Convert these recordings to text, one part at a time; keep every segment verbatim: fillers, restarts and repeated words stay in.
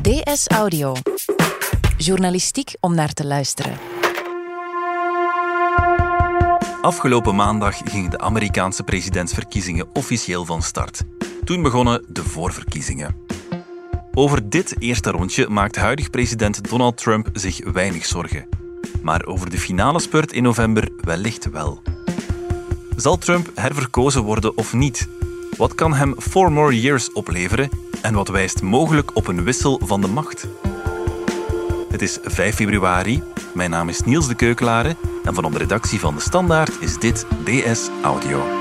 D S Audio. Journalistiek om naar te luisteren. Afgelopen maandag gingen de Amerikaanse presidentsverkiezingen officieel van start. Toen begonnen de voorverkiezingen. Over dit eerste rondje maakt huidig president Donald Trump zich weinig zorgen. Maar over de finale spurt in november wellicht wel. Zal Trump herverkozen worden of niet? Wat kan hem four more years opleveren? En wat wijst mogelijk op een wissel van de macht? Het is vijf februari. Mijn naam is Niels de Keukelare en van de redactie van De Standaard is dit D S Audio.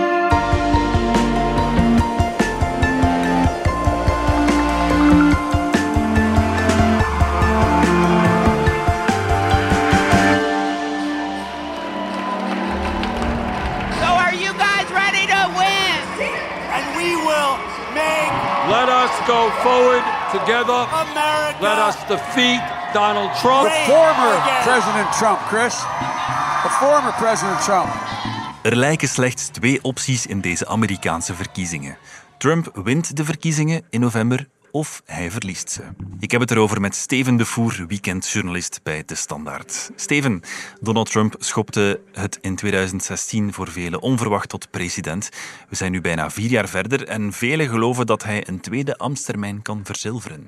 Let us go forward together. America. Let us defeat Donald Trump. The former President Trump, Chris. The former President Trump. Er lijken slechts twee opties in deze Amerikaanse verkiezingen. Trump wint de verkiezingen in november of hij verliest ze. Ik heb het erover met Steven de Voer, weekendjournalist bij De Standaard. Steven, Donald Trump schopte het in tweeduizend zestien voor velen onverwacht tot president. We zijn nu bijna vier jaar verder en velen geloven dat hij een tweede ambtstermijn kan verzilveren.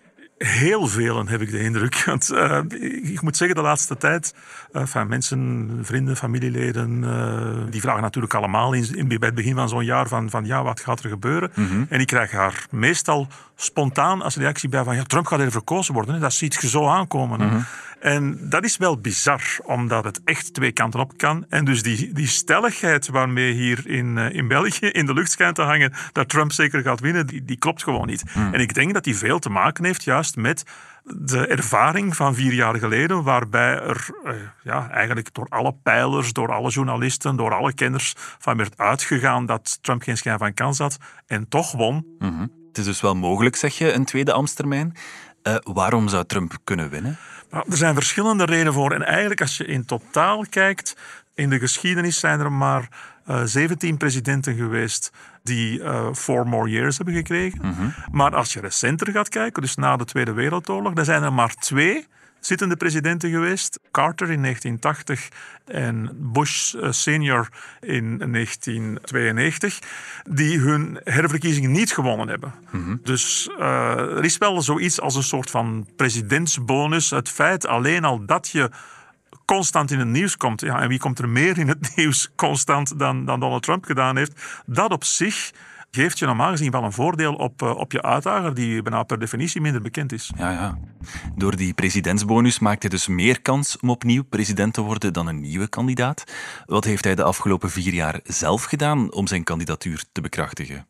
Heel velen, heb ik de indruk. Want, uh, ik moet zeggen, de laatste tijd, uh, van mensen, vrienden, familieleden, uh, die vragen natuurlijk allemaal in, in, bij het begin van zo'n jaar van, van ja, wat gaat er gebeuren? Mm-hmm. En ik krijg haar meestal spontaan als reactie bij van ja, Trump gaat er verkozen worden. Hè? Dat ziet je zo aankomen. Mm-hmm. En dat is wel bizar, omdat het echt twee kanten op kan. En dus die, die stelligheid waarmee hier in, uh, in België in de lucht schijnt te hangen dat Trump zeker gaat winnen, die, die klopt gewoon niet. Mm. En ik denk dat die veel te maken heeft juist met de ervaring van vier jaar geleden, waarbij er uh, ja, eigenlijk door alle peilers, door alle journalisten, door alle kenners van werd uitgegaan dat Trump geen schijn van kans had en toch won. Mm-hmm. Het is dus wel mogelijk, zeg je, een tweede ambtstermijn. Uh, waarom zou Trump kunnen winnen? Nou, er zijn verschillende redenen voor. En eigenlijk, als je in totaal kijkt, in de geschiedenis zijn er maar uh, zeventien presidenten geweest die uh, four more years hebben gekregen. Mm-hmm. Maar als je recenter gaat kijken, dus na de Tweede Wereldoorlog, dan zijn er maar twee zittende presidenten geweest. Carter in negentien tachtig en Bush uh, senior in negentien tweeënnegentig, die hun herverkiezing niet gewonnen hebben. Mm-hmm. Dus uh, er is wel zoiets als een soort van presidentsbonus. Het feit alleen al dat je constant in het nieuws komt. Ja, en wie komt er meer in het nieuws constant dan, dan Donald Trump gedaan heeft? Dat op zich geeft je normaal gezien wel een voordeel op, uh, op je uitdager die bijna per definitie minder bekend is. Ja, ja. Door die presidentsbonus maakt hij dus meer kans om opnieuw president te worden dan een nieuwe kandidaat. Wat heeft hij de afgelopen vier jaar zelf gedaan om zijn kandidatuur te bekrachtigen?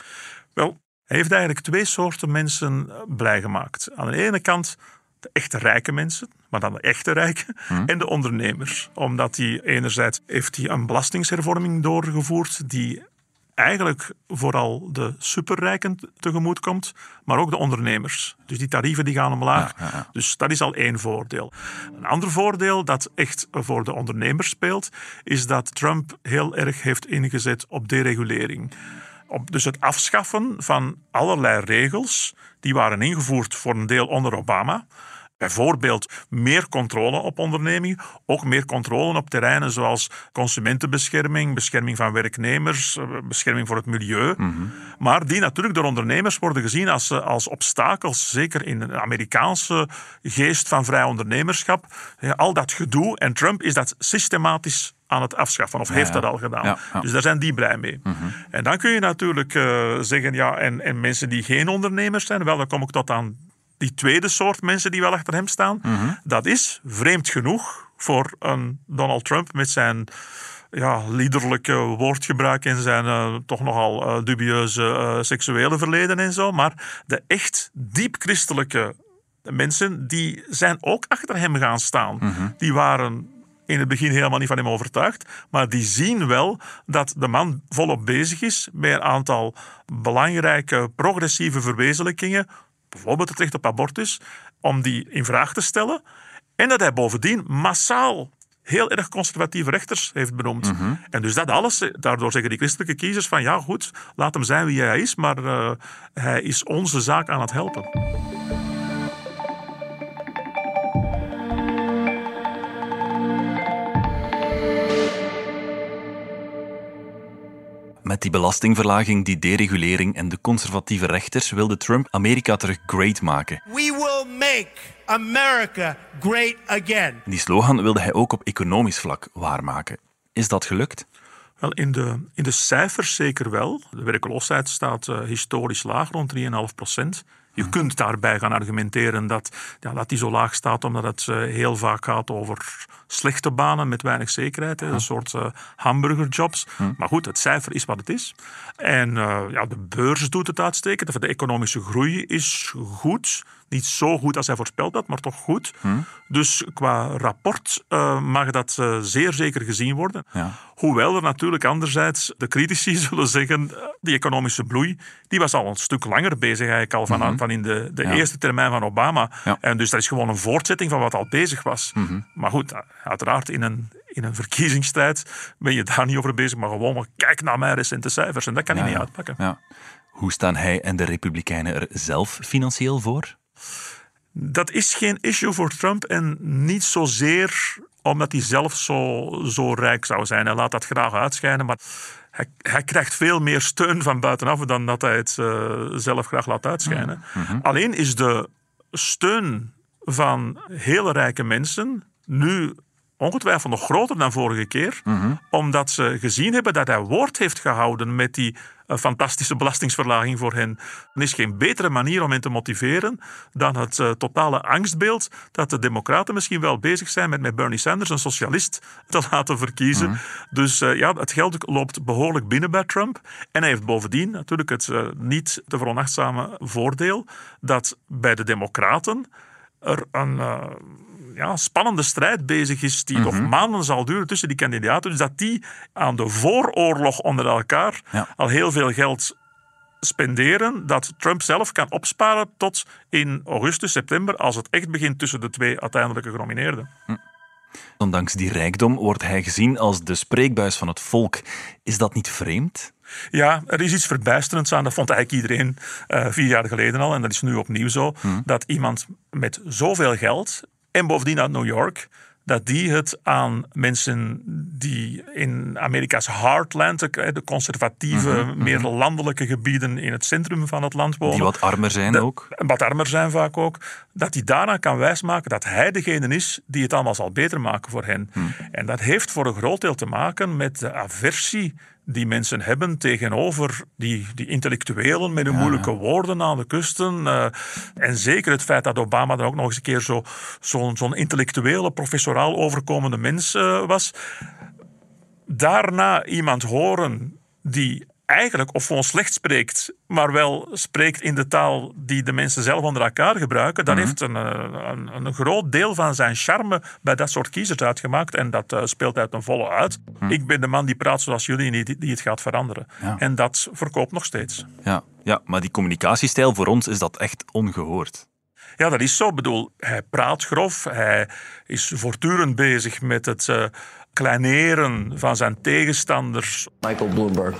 Wel, hij heeft eigenlijk twee soorten mensen blij gemaakt. Aan de ene kant de echte rijke mensen, maar dan de echte rijken, hmm. en de ondernemers. Omdat hij enerzijds heeft hij een belastingshervorming doorgevoerd die eigenlijk vooral de superrijken tegemoet komt, maar ook de ondernemers. Dus die tarieven die gaan omlaag. Ja, ja, ja. Dus dat is al één voordeel. Een ander voordeel dat echt voor de ondernemers speelt, is dat Trump heel erg heeft ingezet op deregulering. Op dus het afschaffen van allerlei regels die waren ingevoerd voor een deel onder Obama. Bijvoorbeeld meer controle op ondernemingen, ook meer controle op terreinen zoals consumentenbescherming, bescherming van werknemers, bescherming voor het milieu. Mm-hmm. Maar die natuurlijk door ondernemers worden gezien als, als obstakels, zeker in de Amerikaanse geest van vrij ondernemerschap. Al dat gedoe, en Trump is dat systematisch aan het afschaffen, of ja, heeft dat al gedaan. Ja, ja. Dus daar zijn die blij mee. Mm-hmm. En dan kun je natuurlijk uh, zeggen, ja, en, en mensen die geen ondernemers zijn, wel, dan kom ik tot aan die tweede soort mensen die wel achter hem staan. Mm-hmm. Dat is vreemd genoeg voor een Donald Trump met zijn ja, liederlijke woordgebruik en zijn uh, toch nogal uh, dubieuze uh, seksuele verleden en zo. Maar de echt diep christelijke mensen, die zijn ook achter hem gaan staan. Mm-hmm. Die waren in het begin helemaal niet van hem overtuigd, maar die zien wel dat de man volop bezig is met een aantal belangrijke progressieve verwezenlijkingen, bijvoorbeeld het recht op abortus, om die in vraag te stellen. En dat hij bovendien massaal heel erg conservatieve rechters heeft benoemd. Mm-hmm. En dus dat alles, daardoor zeggen die christelijke kiezers van ja goed, laat hem zijn wie hij is, maar uh, hij is onze zaak aan het helpen. Met die belastingverlaging, die deregulering en de conservatieve rechters wilde Trump Amerika terug great maken. We will make America great again. Die slogan wilde hij ook op economisch vlak waarmaken. Is dat gelukt? Wel, in de, in de cijfers zeker wel. De werkloosheid staat uh, historisch laag, rond drie komma vijf procent. Je kunt daarbij gaan argumenteren dat, ja, dat die zo laag staat omdat het uh, heel vaak gaat over slechte banen met weinig zekerheid. Hè, een soort uh, hamburgerjobs. Hm. Maar goed, het cijfer is wat het is. En uh, ja, de beurs doet het uitstekend. De economische groei is goed. Niet zo goed als hij voorspeld had, maar toch goed. Hm. Dus qua rapport uh, mag dat uh, zeer zeker gezien worden. Ja. Hoewel er natuurlijk anderzijds de critici zullen zeggen, die economische bloei, die was al een stuk langer bezig eigenlijk al van, mm-hmm. van in de, de ja. eerste termijn van Obama. Ja. En dus dat is gewoon een voortzetting van wat al bezig was. Mm-hmm. Maar goed, uiteraard in een, in een verkiezingsstrijd ben je daar niet over bezig, maar gewoon maar kijk naar mijn recente cijfers en dat kan ja, hij niet uitpakken. Ja. Hoe staan hij en de Republikeinen er zelf financieel voor? Dat is geen issue voor Trump en niet zozeer omdat hij zelf zo, zo rijk zou zijn. Hij laat dat graag uitschijnen, maar hij, hij krijgt veel meer steun van buitenaf dan dat hij het uh, zelf graag laat uitschijnen. Mm-hmm. Alleen is de steun van hele rijke mensen nu ongetwijfeld nog groter dan vorige keer, mm-hmm. omdat ze gezien hebben dat hij woord heeft gehouden met die uh, fantastische belastingsverlaging voor hen. Er is geen betere manier om hen te motiveren dan het uh, totale angstbeeld dat de democraten misschien wel bezig zijn met, met Bernie Sanders, een socialist, te laten verkiezen. Mm-hmm. Dus uh, ja, het geld loopt behoorlijk binnen bij Trump. En hij heeft bovendien natuurlijk het uh, niet te veronachtzame voordeel dat bij de democraten er een Uh, Ja, spannende strijd bezig is die mm-hmm. nog maanden zal duren tussen die kandidaten. Dus dat die aan de vooroorlog onder elkaar ja. al heel veel geld spenderen, dat Trump zelf kan opsparen tot in augustus, september, als het echt begint tussen de twee uiteindelijke genomineerden. Hm. Ondanks die rijkdom wordt hij gezien als de spreekbuis van het volk. Is dat niet vreemd? Ja, er is iets verbijsterends aan. Dat vond eigenlijk iedereen uh, vier jaar geleden al. En dat is nu opnieuw zo. Hm. Dat iemand met zoveel geld en bovendien uit New York, dat die het aan mensen die in Amerika's heartland, de conservatieve, mm-hmm, meer landelijke gebieden in het centrum van het land wonen, die wat armer zijn dat, ook. Wat armer zijn vaak ook. Dat hij daaraan kan wijsmaken dat hij degene is die het allemaal zal beter maken voor hen. Mm. En dat heeft voor een groot deel te maken met de aversie die mensen hebben tegenover die, die intellectuelen met de ja, moeilijke ja. woorden aan de kusten. Uh, en zeker het feit dat Obama dan ook nog eens een keer zo, zo'n, zo'n intellectuele, professoraal overkomende mens uh, was. Daarna iemand horen die eigenlijk of gewoon slecht spreekt, maar wel spreekt in de taal die de mensen zelf onder elkaar gebruiken, dat mm-hmm. heeft een, een, een groot deel van zijn charme bij dat soort kiezers uitgemaakt en dat uh, speelt uit een volle uit. Mm. Ik ben de man die praat zoals jullie en die, die het gaat veranderen. Ja. En dat verkoopt nog steeds. Ja, ja, maar die communicatiestijl voor ons is dat echt ongehoord. Ja, dat is zo. Ik bedoel, hij praat grof, hij is voortdurend bezig met het uh, kleineren van zijn tegenstanders. Michael Bloomberg.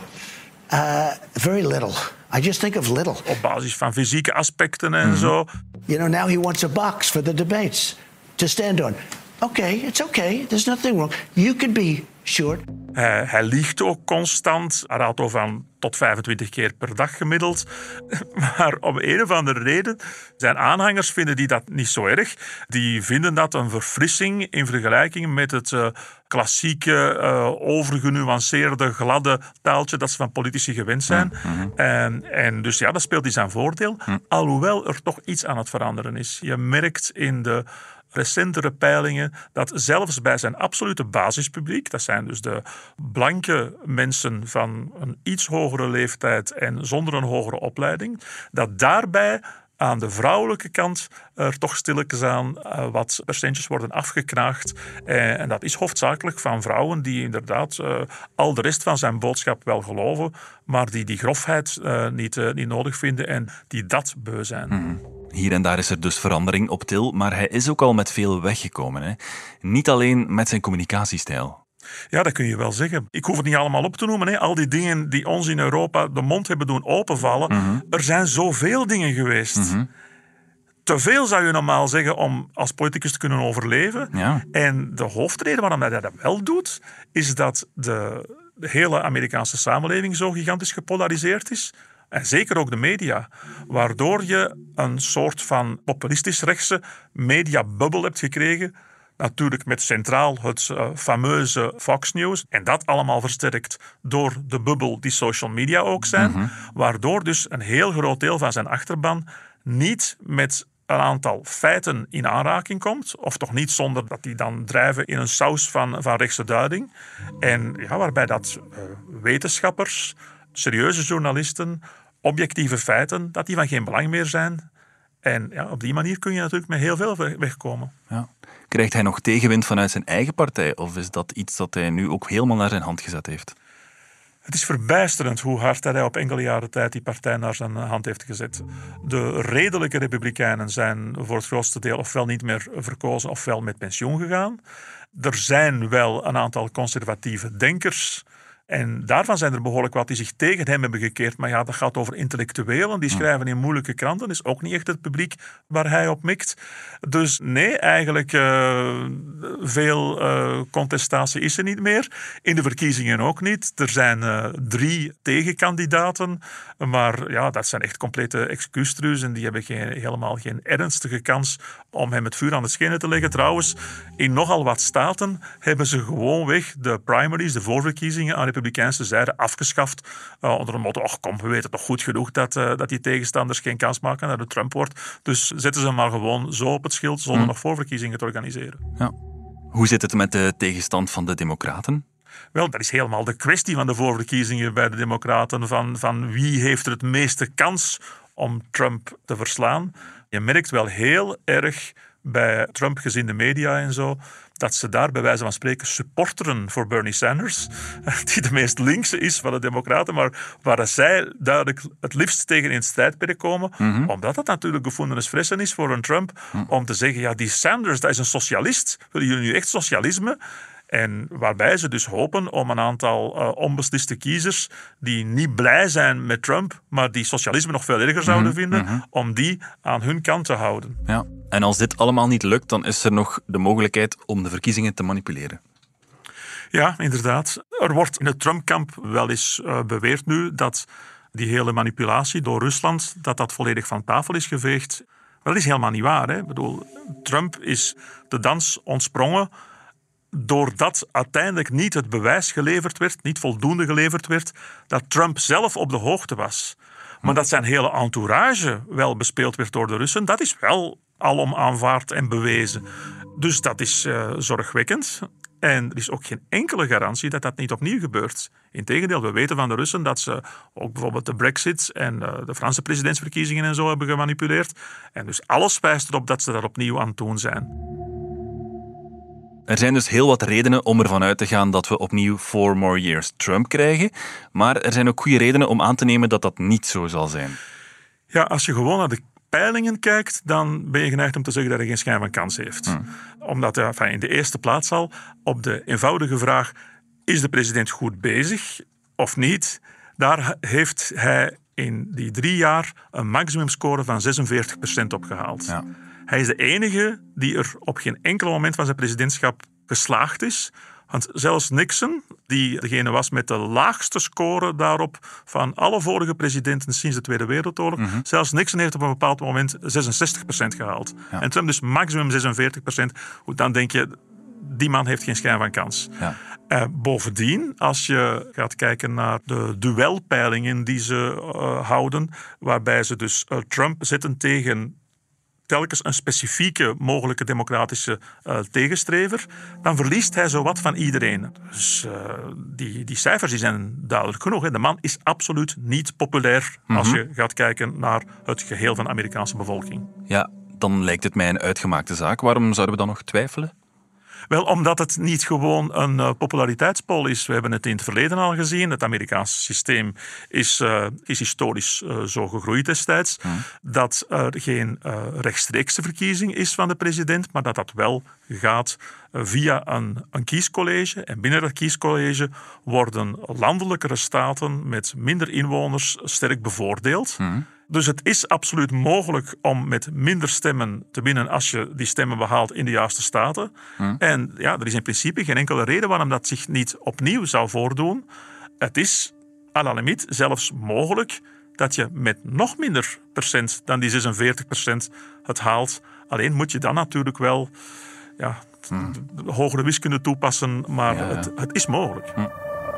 Uh, very little. I just think of little. Op basis van fysieke aspecten en mm-hmm. zo. You know, now he wants a box for the debates to stand on. Okay, it's okay. There's nothing wrong. You could be short. Hij, hij liegt ook constant. Hij raadt over van tot vijfentwintig keer per dag gemiddeld. Maar om een of andere reden, zijn aanhangers vinden die dat niet zo erg. Die vinden dat een verfrissing in vergelijking met het uh, klassieke, uh, overgenuanceerde, gladde taaltje dat ze van politici gewend zijn. Mm-hmm. En, en dus ja, dat speelt in zijn voordeel. Mm. Alhoewel er toch iets aan het veranderen is. Je merkt in de recentere peilingen dat zelfs bij zijn absolute basispubliek, dat zijn dus de blanke mensen van een iets hogere leeftijd en zonder een hogere opleiding, dat daarbij aan de vrouwelijke kant er toch stilletjes aan uh, wat percentjes worden afgeknaagd. Uh, en dat is hoofdzakelijk van vrouwen die inderdaad uh, al de rest van zijn boodschap wel geloven, maar die die grofheid uh, niet, uh, niet nodig vinden en die dat beu zijn. Mm-hmm. Hier en daar is er dus verandering op til, maar hij is ook al met veel weggekomen. Hè? Niet alleen met zijn communicatiestijl. Ja, dat kun je wel zeggen. Ik hoef het niet allemaal op te noemen. Hè. Al die dingen die ons in Europa de mond hebben doen openvallen. Mm-hmm. Er zijn zoveel dingen geweest. Mm-hmm. Te veel zou je normaal zeggen om als politicus te kunnen overleven. Ja. En de hoofdreden waarom hij dat wel doet, is dat de de hele Amerikaanse samenleving zo gigantisch gepolariseerd is. En zeker ook de media. Waardoor je een soort van populistisch-rechtse mediabubbel hebt gekregen. Natuurlijk met centraal het uh, fameuze Fox News. En dat allemaal versterkt door de bubbel die social media ook zijn. Mm-hmm. Waardoor dus een heel groot deel van zijn achterban niet met een aantal feiten in aanraking komt. Of toch niet zonder dat die dan drijven in een saus van, van rechtse duiding. En ja, waarbij dat uh, wetenschappers, serieuze journalisten, objectieve feiten, dat die van geen belang meer zijn. En ja, op die manier kun je natuurlijk met heel veel wegkomen. Ja. Krijgt hij nog tegenwind vanuit zijn eigen partij? Of is dat iets dat hij nu ook helemaal naar zijn hand gezet heeft? Het is verbijsterend hoe hard hij op enkele jaren tijd die partij naar zijn hand heeft gezet. De redelijke republikeinen zijn voor het grootste deel ofwel niet meer verkozen ofwel met pensioen gegaan. Er zijn wel een aantal conservatieve denkers. En daarvan zijn er behoorlijk wat die zich tegen hem hebben gekeerd. Maar ja, dat gaat over intellectuelen. Die schrijven in moeilijke kranten. Dat is ook niet echt het publiek waar hij op mikt. Dus nee, eigenlijk uh, veel uh, contestatie is er niet meer. In de verkiezingen ook niet. Er zijn uh, drie tegenkandidaten. Maar ja, dat zijn echt complete excuustrucs. En die hebben geen, helemaal geen ernstige kans om hem het vuur aan de schenen te leggen. Trouwens, in nogal wat staten hebben ze gewoonweg de primaries, de voorverkiezingen aan Republikeinse zijde afgeschaft. Uh, onder een motto, ach kom, we weten toch goed genoeg dat, uh, dat die tegenstanders geen kans maken naar de Trump wordt. Dus zetten ze maar gewoon zo op het schild zonder hmm. nog voorverkiezingen te organiseren. Ja. Hoe zit het met de tegenstand van de Democraten? Wel, dat is helemaal de kwestie van de voorverkiezingen bij de Democraten. Van, van wie heeft er het meeste kans om Trump te verslaan? Je merkt wel heel erg bij Trump-gezinde media en zo, dat ze daar bij wijze van spreken supporteren voor Bernie Sanders, die de meest linkse is van de Democraten, maar waar zij duidelijk het liefst tegen in strijdperk komen, mm-hmm. omdat het natuurlijk gevoelens fressen is voor een Trump, mm. om te zeggen, ja, die Sanders, dat is een socialist. Willen jullie nu echt socialisme? En waarbij ze dus hopen om een aantal uh, onbesliste kiezers die niet blij zijn met Trump, maar die socialisme nog veel erger zouden mm-hmm. vinden, mm-hmm. om die aan hun kant te houden. Ja. En als dit allemaal niet lukt, dan is er nog de mogelijkheid om de verkiezingen te manipuleren. Ja, inderdaad. Er wordt in het Trump-kamp wel eens uh, beweerd nu dat die hele manipulatie door Rusland, dat dat volledig van tafel is geveegd. Maar dat is helemaal niet waar. Hè? Ik bedoel, Trump is de dans ontsprongen doordat uiteindelijk niet het bewijs geleverd werd, niet voldoende geleverd werd, dat Trump zelf op de hoogte was. Maar dat zijn hele entourage wel bespeeld werd door de Russen, dat is wel alom aanvaard en bewezen. Dus dat is uh, zorgwekkend. En er is ook geen enkele garantie dat dat niet opnieuw gebeurt. Integendeel, we weten van de Russen dat ze ook bijvoorbeeld de Brexit en uh, de Franse presidentsverkiezingen en zo hebben gemanipuleerd. En dus alles wijst erop dat ze dat opnieuw aan het doen zijn. Er zijn dus heel wat redenen om ervan uit te gaan dat we opnieuw four more years Trump krijgen. Maar er zijn ook goede redenen om aan te nemen dat dat niet zo zal zijn. Ja, als je gewoon naar de peilingen kijkt, dan ben je geneigd om te zeggen dat hij geen schijn van kans heeft. Hmm. Omdat hij enfin, in de eerste plaats al op de eenvoudige vraag, is de president goed bezig of niet? Daar heeft hij in die drie jaar een maximumscore van zesenveertig procent opgehaald. Ja. Hij is de enige die er op geen enkel moment van zijn presidentschap geslaagd is. Want zelfs Nixon, die degene was met de laagste score daarop van alle vorige presidenten sinds de Tweede Wereldoorlog, mm-hmm. zelfs Nixon heeft op een bepaald moment zesenzestig procent gehaald. Ja. En Trump dus maximum zesenveertig procent. Dan denk je, die man heeft geen schijn van kans. Ja. Uh, bovendien, als je gaat kijken naar de duelpeilingen die ze uh, houden, waarbij ze dus uh, Trump zetten tegen telkens een specifieke mogelijke democratische uh, tegenstrever, dan verliest hij zowat van iedereen. Dus uh, die, die cijfers die zijn duidelijk genoeg. Hè. De man is absoluut niet populair mm-hmm. als je gaat kijken naar het geheel van de Amerikaanse bevolking. Ja, dan lijkt het mij een uitgemaakte zaak. Waarom zouden we dan nog twijfelen? Wel, omdat het niet gewoon een uh, populariteitspol is. We hebben het in het verleden al gezien. Het Amerikaanse systeem is, uh, is historisch uh, zo gegroeid destijds. Hmm. Dat er geen uh, rechtstreekse verkiezing is van de president, maar dat dat wel gaat uh, via een, een kiescollege. En binnen dat kiescollege worden landelijkere staten met minder inwoners sterk bevoordeeld. Hmm. Dus het is absoluut mogelijk om met minder stemmen te winnen als je die stemmen behaalt in de juiste staten. Hmm. En ja, er is in principe geen enkele reden waarom dat zich niet opnieuw zou voordoen. Het is à la limite zelfs mogelijk dat je met nog minder procent dan die zesenveertig procent het haalt. Alleen moet je dan natuurlijk wel ja, hmm. hogere wiskunde toepassen, maar ja, ja. Het, het is mogelijk. Hmm.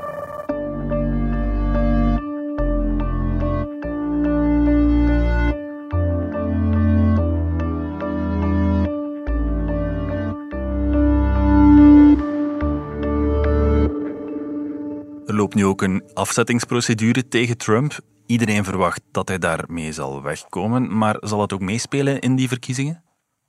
Er loopt nu ook een afzettingsprocedure tegen Trump. Iedereen verwacht dat hij daarmee zal wegkomen, maar zal het ook meespelen in die verkiezingen?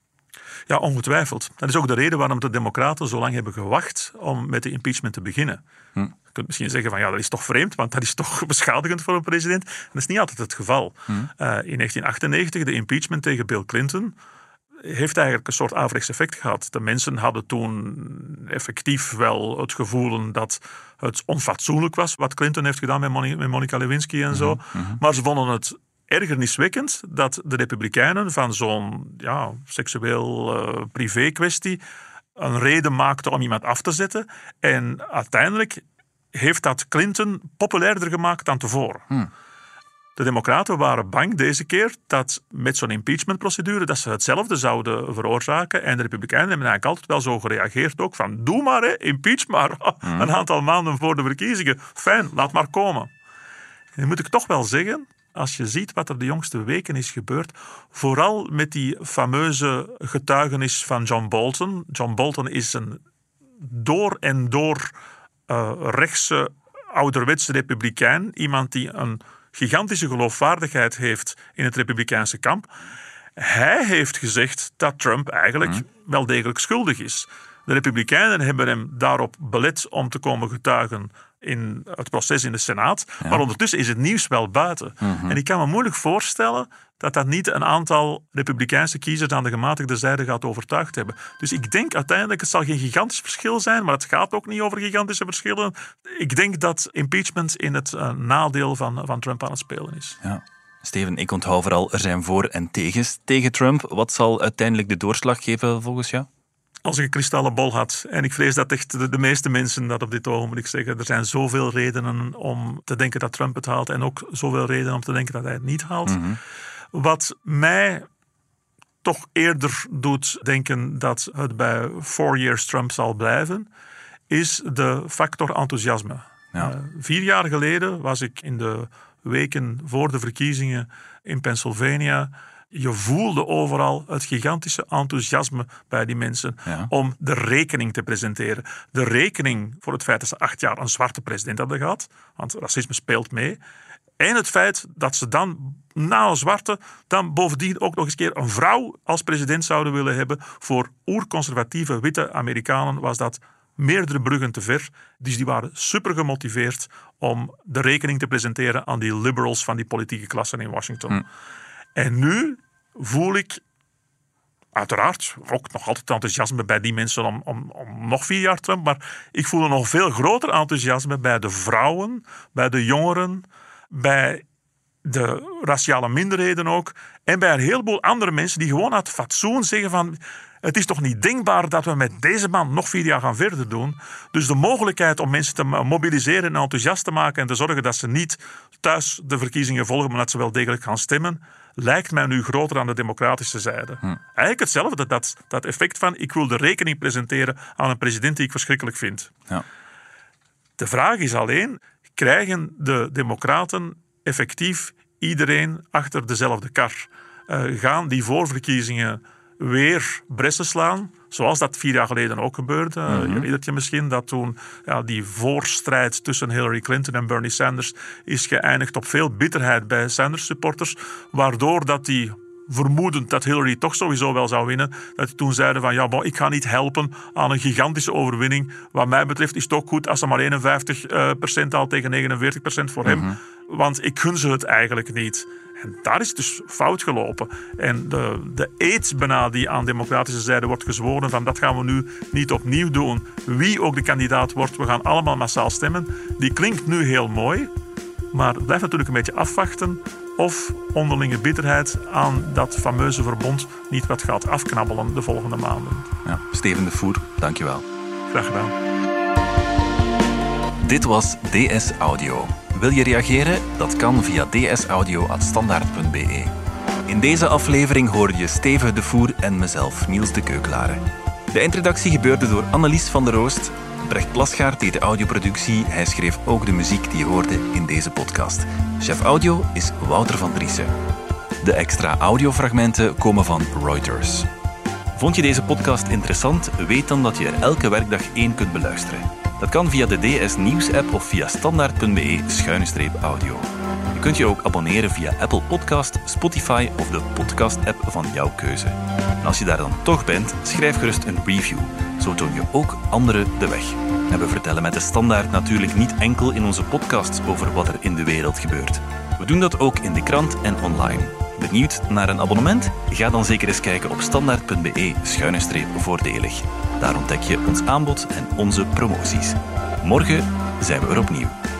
Ja, ongetwijfeld. Dat is ook de reden waarom de Democraten zo lang hebben gewacht om met de impeachment te beginnen. Hm. Je kunt misschien zeggen van ja, dat is toch vreemd, want dat is toch beschadigend voor een president. Dat is niet altijd het geval. Hm. Uh, in negentien achtennegentig, de impeachment tegen Bill Clinton, heeft eigenlijk een soort averechts effect gehad. De mensen hadden toen effectief wel het gevoel dat het onfatsoenlijk was wat Clinton heeft gedaan met, Mon- met Monica Lewinsky en zo. Mm-hmm. Maar ze vonden het ergerniswekkend dat de Republikeinen van zo'n ja, seksueel uh, privé-kwestie een reden maakten om iemand af te zetten. En uiteindelijk heeft dat Clinton populairder gemaakt dan tevoren. Mm. De Democraten waren bang deze keer dat met zo'n impeachmentprocedure dat ze hetzelfde zouden veroorzaken. En de Republikeinen hebben eigenlijk altijd wel zo gereageerd ook van doe maar, hè, impeach maar. Mm. Een aantal maanden voor de verkiezingen. Fijn, laat maar komen. En dan moet ik toch wel zeggen, als je ziet wat er de jongste weken is gebeurd, vooral met die fameuze getuigenis van John Bolton. John Bolton is een door en door uh, rechtse, ouderwetse republikein. Iemand die een gigantische geloofwaardigheid heeft in het republikeinse kamp. Hij heeft gezegd dat Trump eigenlijk mm. wel degelijk schuldig is. De Republikeinen hebben hem daarop belet om te komen getuigen in het proces in de Senaat. Ja. Maar ondertussen is het nieuws wel buiten. Mm-hmm. En ik kan me moeilijk voorstellen dat dat niet een aantal Republikeinse kiezers aan de gematigde zijde gaat overtuigd hebben. Dus ik denk uiteindelijk, het zal geen gigantisch verschil zijn, maar het gaat ook niet over gigantische verschillen. Ik denk dat impeachment in het uh, nadeel van, van Trump aan het spelen is. Ja. Steven, ik onthoud vooral, er zijn voor- en tegens tegen Trump. Wat zal uiteindelijk de doorslag geven volgens jou? Als ik een kristallen bol had, en ik vrees dat echt de, de meeste mensen dat op dit ogenblik zeggen, er zijn zoveel redenen om te denken dat Trump het haalt en ook zoveel redenen om te denken dat hij het niet haalt. Mm-hmm. Wat mij toch eerder doet denken dat het bij four years Trump zal blijven, is de factor enthousiasme. Ja. Uh, vier jaar geleden was ik in de weken voor de verkiezingen in Pennsylvania. Je voelde overal het gigantische enthousiasme bij die mensen ja. om de rekening te presenteren. De rekening voor het feit dat ze acht jaar een zwarte president hadden gehad, want racisme speelt mee. En het feit dat ze dan na een zwarte dan bovendien ook nog eens keer een vrouw als president zouden willen hebben. Voor oerconservatieve witte Amerikanen was dat meerdere bruggen te ver. Dus die waren super gemotiveerd om de rekening te presenteren aan die liberals van die politieke klassen in Washington. Hm. En nu voel ik uiteraard ook nog altijd enthousiasme bij die mensen om, om, om nog vier jaar Trump, maar ik voel een nog veel groter enthousiasme bij de vrouwen, bij de jongeren, bij de raciale minderheden ook en bij een heleboel andere mensen die gewoon uit fatsoen zeggen van het is toch niet denkbaar dat we met deze man nog vier jaar gaan verder doen. Dus de mogelijkheid om mensen te mobiliseren en enthousiast te maken en te zorgen dat ze niet thuis de verkiezingen volgen, maar dat ze wel degelijk gaan stemmen, lijkt mij nu groter aan de democratische zijde. Hm. Eigenlijk hetzelfde, dat, dat effect van ik wil de rekening presenteren aan een president die ik verschrikkelijk vind. Ja. De vraag is alleen, krijgen de democraten effectief iedereen achter dezelfde kar? Uh, gaan die voorverkiezingen weer bressen slaan, zoals dat vier jaar geleden ook gebeurde. Mm-hmm. Je herinnert je misschien dat toen ja, die voorstrijd tussen Hillary Clinton en Bernie Sanders is geëindigd op veel bitterheid bij Sanders-supporters, waardoor dat die vermoedend dat Hillary toch sowieso wel zou winnen, dat die toen zeiden van ja, bon, ik ga niet helpen aan een gigantische overwinning. Wat mij betreft is het ook goed als ze maar eenenvijftig procent al tegen negenenveertig procent voor mm-hmm. hem, want ik gun ze het eigenlijk niet. En daar is het dus fout gelopen. En de, de eed bijna die aan de democratische zijde wordt gezworen van dat gaan we nu niet opnieuw doen. Wie ook de kandidaat wordt, we gaan allemaal massaal stemmen. Die klinkt nu heel mooi, maar het blijft natuurlijk een beetje afwachten of onderlinge bitterheid aan dat fameuze verbond niet wat gaat afknabbelen de volgende maanden. Ja, Steven de Voer, dankjewel. Graag gedaan. Dit was D S Audio. Wil je reageren? Dat kan via d s audio at standaard punt b e. In deze aflevering hoorde je Steven de Voer en mezelf, Niels de Keuklare. De eindredactie gebeurde door Annelies van der Roost. Brecht Plasgaard deed de audioproductie. Hij schreef ook de muziek die je hoorde in deze podcast. Chef audio is Wouter van Driessen. De extra audiofragmenten komen van Reuters. Vond je deze podcast interessant? Weet dan dat je er elke werkdag één kunt beluisteren. Dat kan via de D S Nieuws-app of via standaard punt b e schuine streep audio. Je kunt je ook abonneren via Apple Podcast, Spotify of de podcast-app van jouw keuze. En als je daar dan toch bent, schrijf gerust een review. Zo toon je ook anderen de weg. En we vertellen met de Standaard natuurlijk niet enkel in onze podcasts over wat er in de wereld gebeurt. We doen dat ook in de krant en online. Benieuwd naar een abonnement? Ga dan zeker eens kijken op standaard punt b e schuine streep voordelig. Daar ontdek je ons aanbod en onze promoties. Morgen zijn we er opnieuw.